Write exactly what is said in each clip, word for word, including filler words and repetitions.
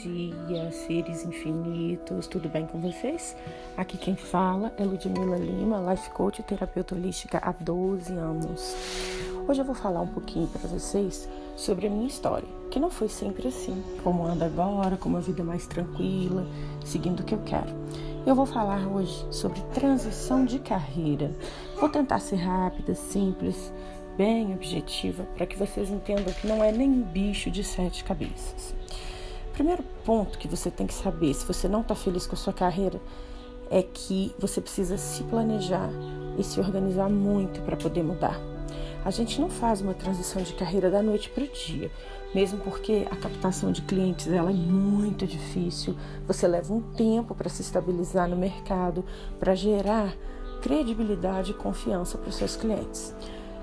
dia, seres infinitos, tudo bem com vocês? Aqui quem fala é Ludmila Lima, Life Coach e terapeuta holística há doze anos. Hoje eu vou falar um pouquinho para vocês sobre a minha história, que não foi sempre assim, como anda agora, com uma vida mais tranquila, seguindo o que eu quero. Eu vou falar hoje sobre transição de carreira. Vou tentar ser rápida, simples, bem objetiva, para que vocês entendam que não é nem um bicho de sete cabeças. Primeiro ponto que você tem que saber, se você não está feliz com a sua carreira, é que você precisa se planejar e se organizar muito para poder mudar. A gente não faz uma transição de carreira da noite para o dia, mesmo porque a captação de clientes ela é muito difícil. Você leva um tempo para se estabilizar no mercado, para gerar credibilidade e confiança para os seus clientes.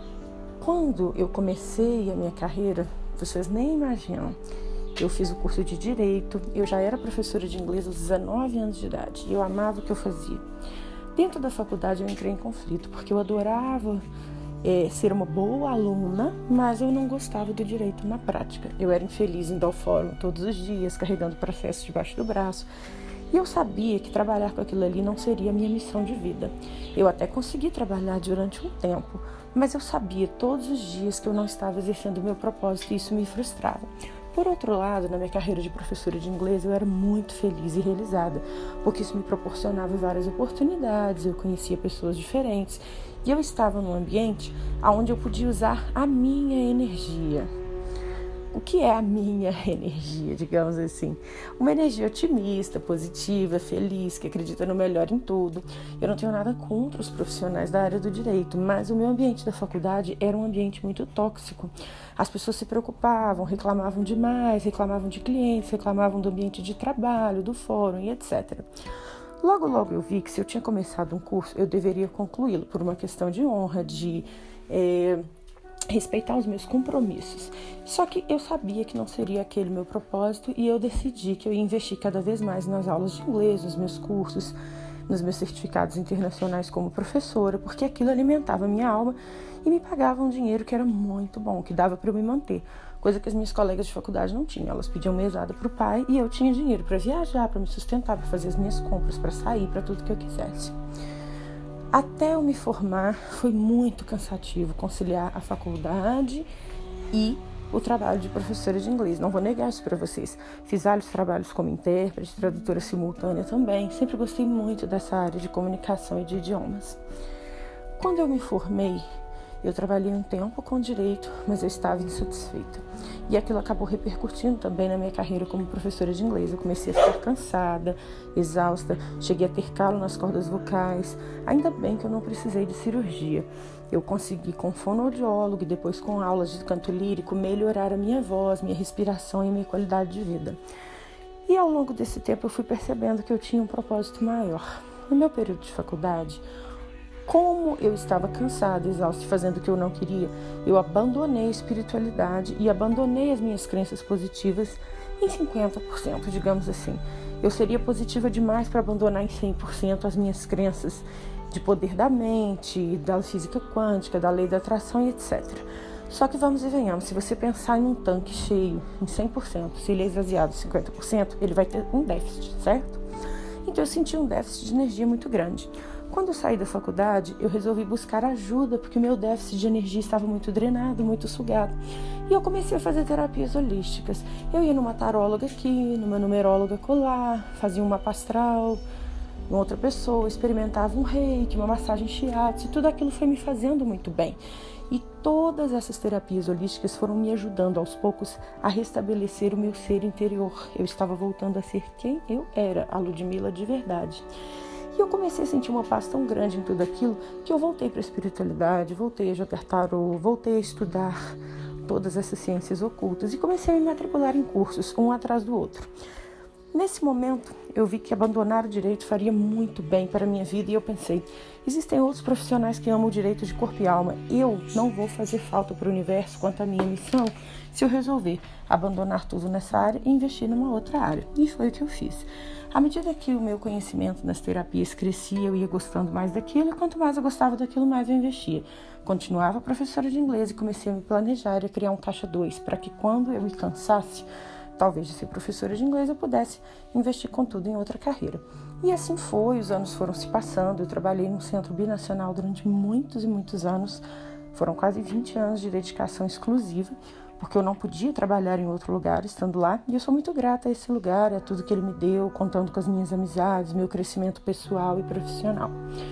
Quando eu comecei a minha carreira, vocês nem imaginam, eu fiz o curso de Direito, eu já era professora de inglês aos dezenove anos de idade, e eu amava o que eu fazia. Dentro da faculdade eu entrei em conflito, porque eu adorava é, ser uma boa aluna, mas eu não gostava do direito na prática. Eu era infeliz indo ao fórum todos os dias, carregando processos debaixo do braço, e eu sabia que trabalhar com aquilo ali não seria a minha missão de vida. Eu até consegui trabalhar durante um tempo, mas eu sabia todos os dias que eu não estava exercendo o meu propósito e isso me frustrava. Por outro lado, na minha carreira de professora de inglês, eu era muito feliz e realizada, porque isso me proporcionava várias oportunidades, eu conhecia pessoas diferentes e eu estava num ambiente onde eu podia usar a minha energia. O que é a minha energia, digamos assim? Uma energia otimista, positiva, feliz, que acredita no melhor em tudo. Eu não tenho nada contra os profissionais da área do direito, mas o meu ambiente da faculdade era um ambiente muito tóxico. As pessoas se preocupavam, reclamavam demais, reclamavam de clientes, reclamavam do ambiente de trabalho, do fórum e etcétera. Logo, logo eu vi que se eu tinha começado um curso, eu deveria concluí-lo por uma questão de honra, de É, respeitar os meus compromissos. Só que eu sabia que não seria aquele meu propósito e eu decidi que eu ia investir cada vez mais nas aulas de inglês, nos meus cursos, nos meus certificados internacionais como professora, porque aquilo alimentava a minha alma e me pagava um dinheiro que era muito bom, que dava para eu me manter, coisa que as minhas colegas de faculdade não tinham. Elas pediam mesada para o pai e eu tinha dinheiro para viajar, para me sustentar, para fazer as minhas compras, para sair, para tudo que eu quisesse. Até eu me formar, foi muito cansativo conciliar a faculdade e o trabalho de professora de inglês. Não vou negar isso para vocês. Fiz vários trabalhos como intérprete, tradutora simultânea também. Sempre gostei muito dessa área de comunicação e de idiomas. Quando eu me formei, eu trabalhei um tempo com direito, mas eu estava insatisfeita. E aquilo acabou repercutindo também na minha carreira como professora de inglês. Eu comecei a ficar cansada, exausta, cheguei a ter calo nas cordas vocais. Ainda bem que eu não precisei de cirurgia. Eu consegui, com fonoaudiólogo e depois com aulas de canto lírico, melhorar a minha voz, minha respiração e minha qualidade de vida. E ao longo desse tempo eu fui percebendo que eu tinha um propósito maior. No meu período de faculdade, como eu estava cansada, exausta e fazendo o que eu não queria, eu abandonei a espiritualidade e abandonei as minhas crenças positivas em cinquenta por cento, digamos assim. Eu seria positiva demais para abandonar em cem por cento as minhas crenças de poder da mente, da física quântica, da lei da atração e etcétera. Só que vamos e venhamos, se você pensar em um tanque cheio em cem por cento, se ele é esvaziado em cinquenta por cento, ele vai ter um déficit, certo? Então eu senti um déficit de energia muito grande. Quando eu saí da faculdade, eu resolvi buscar ajuda, porque o meu déficit de energia estava muito drenado, muito sugado. E eu comecei a fazer terapias holísticas. Eu ia numa taróloga aqui, numa numeróloga colar, fazia um mapa astral, uma outra pessoa, experimentava um reiki, uma massagem shiatsu, e tudo aquilo foi me fazendo muito bem. E todas essas terapias holísticas foram me ajudando aos poucos a restabelecer o meu ser interior. Eu estava voltando a ser quem eu era, a Ludmila de verdade. E eu comecei a sentir uma paz tão grande em tudo aquilo que eu voltei para a espiritualidade, voltei a jogar tarô, voltei a estudar todas essas ciências ocultas e comecei a me matricular em cursos, um atrás do outro. Nesse momento, eu vi que abandonar o direito faria muito bem para a minha vida e eu pensei, existem outros profissionais que amam o direito de corpo e alma. Eu não vou fazer falta para o universo quanto à minha missão se eu resolver abandonar tudo nessa área e investir numa outra área. E foi o que eu fiz. À medida que o meu conhecimento nas terapias crescia, eu ia gostando mais daquilo, e quanto mais eu gostava daquilo, mais eu investia. Continuava professora de inglês e comecei a me planejar e a criar um caixa dois, para que quando eu me cansasse, talvez de ser professora de inglês, eu pudesse investir com tudo em outra carreira. E assim foi, os anos foram se passando, eu trabalhei no Centro Binacional durante muitos e muitos anos, foram quase vinte anos de dedicação exclusiva, porque eu não podia trabalhar em outro lugar estando lá, e eu sou muito grata a esse lugar, a tudo que ele me deu, contando com as minhas amizades, meu crescimento pessoal e profissional.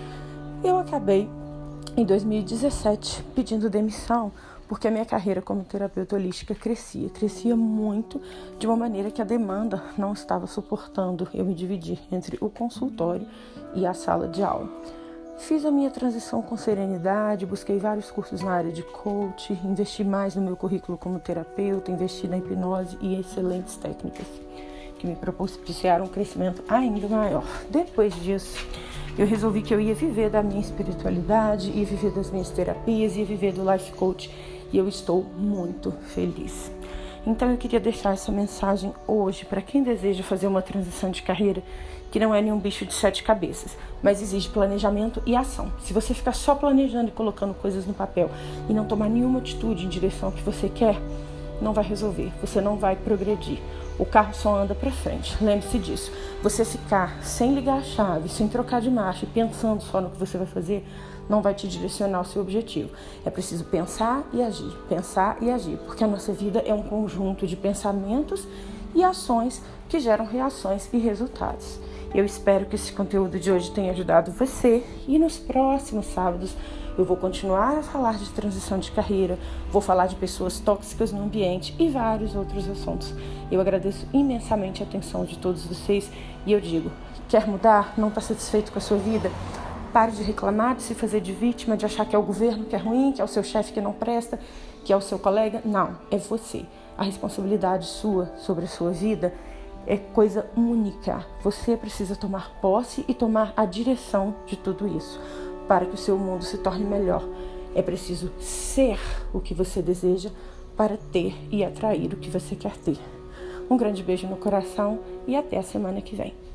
Eu acabei, em dois mil e dezessete, pedindo demissão, porque a minha carreira como terapeuta holística crescia, crescia muito, de uma maneira que a demanda não estava suportando eu me dividir entre o consultório e a sala de aula. Fiz a minha transição com serenidade, busquei vários cursos na área de coach, investi mais no meu currículo como terapeuta, investi na hipnose e excelentes técnicas que me propiciaram um crescimento ainda maior. Depois disso, eu resolvi que eu ia viver da minha espiritualidade, ia viver das minhas terapias, ia viver do life coach, e eu estou muito feliz. Então eu queria deixar essa mensagem hoje para quem deseja fazer uma transição de carreira, que não é nenhum bicho de sete cabeças, mas exige planejamento e ação. Se você ficar só planejando e colocando coisas no papel e não tomar nenhuma atitude em direção ao que você quer, não vai resolver, você não vai progredir. O carro só anda para frente, lembre-se disso. Você ficar sem ligar a chave, sem trocar de marcha e pensando só no que você vai fazer, não vai te direcionar ao seu objetivo. É preciso pensar e agir, pensar e agir, porque a nossa vida é um conjunto de pensamentos e ações que geram reações e resultados. Eu espero que esse conteúdo de hoje tenha ajudado você, e nos próximos sábados eu vou continuar a falar de transição de carreira, vou falar de pessoas tóxicas no ambiente e vários outros assuntos. Eu agradeço imensamente a atenção de todos vocês e eu digo, quer mudar? Não está satisfeito com a sua vida? Pare de reclamar, de se fazer de vítima, de achar que é o governo que é ruim, que é o seu chefe que não presta, que é o seu colega. Não, é você. A responsabilidade sua sobre a sua vida é coisa única. Você precisa tomar posse e tomar a direção de tudo isso para que o seu mundo se torne melhor. É preciso ser o que você deseja para ter e atrair o que você quer ter. Um grande beijo no coração e até a semana que vem.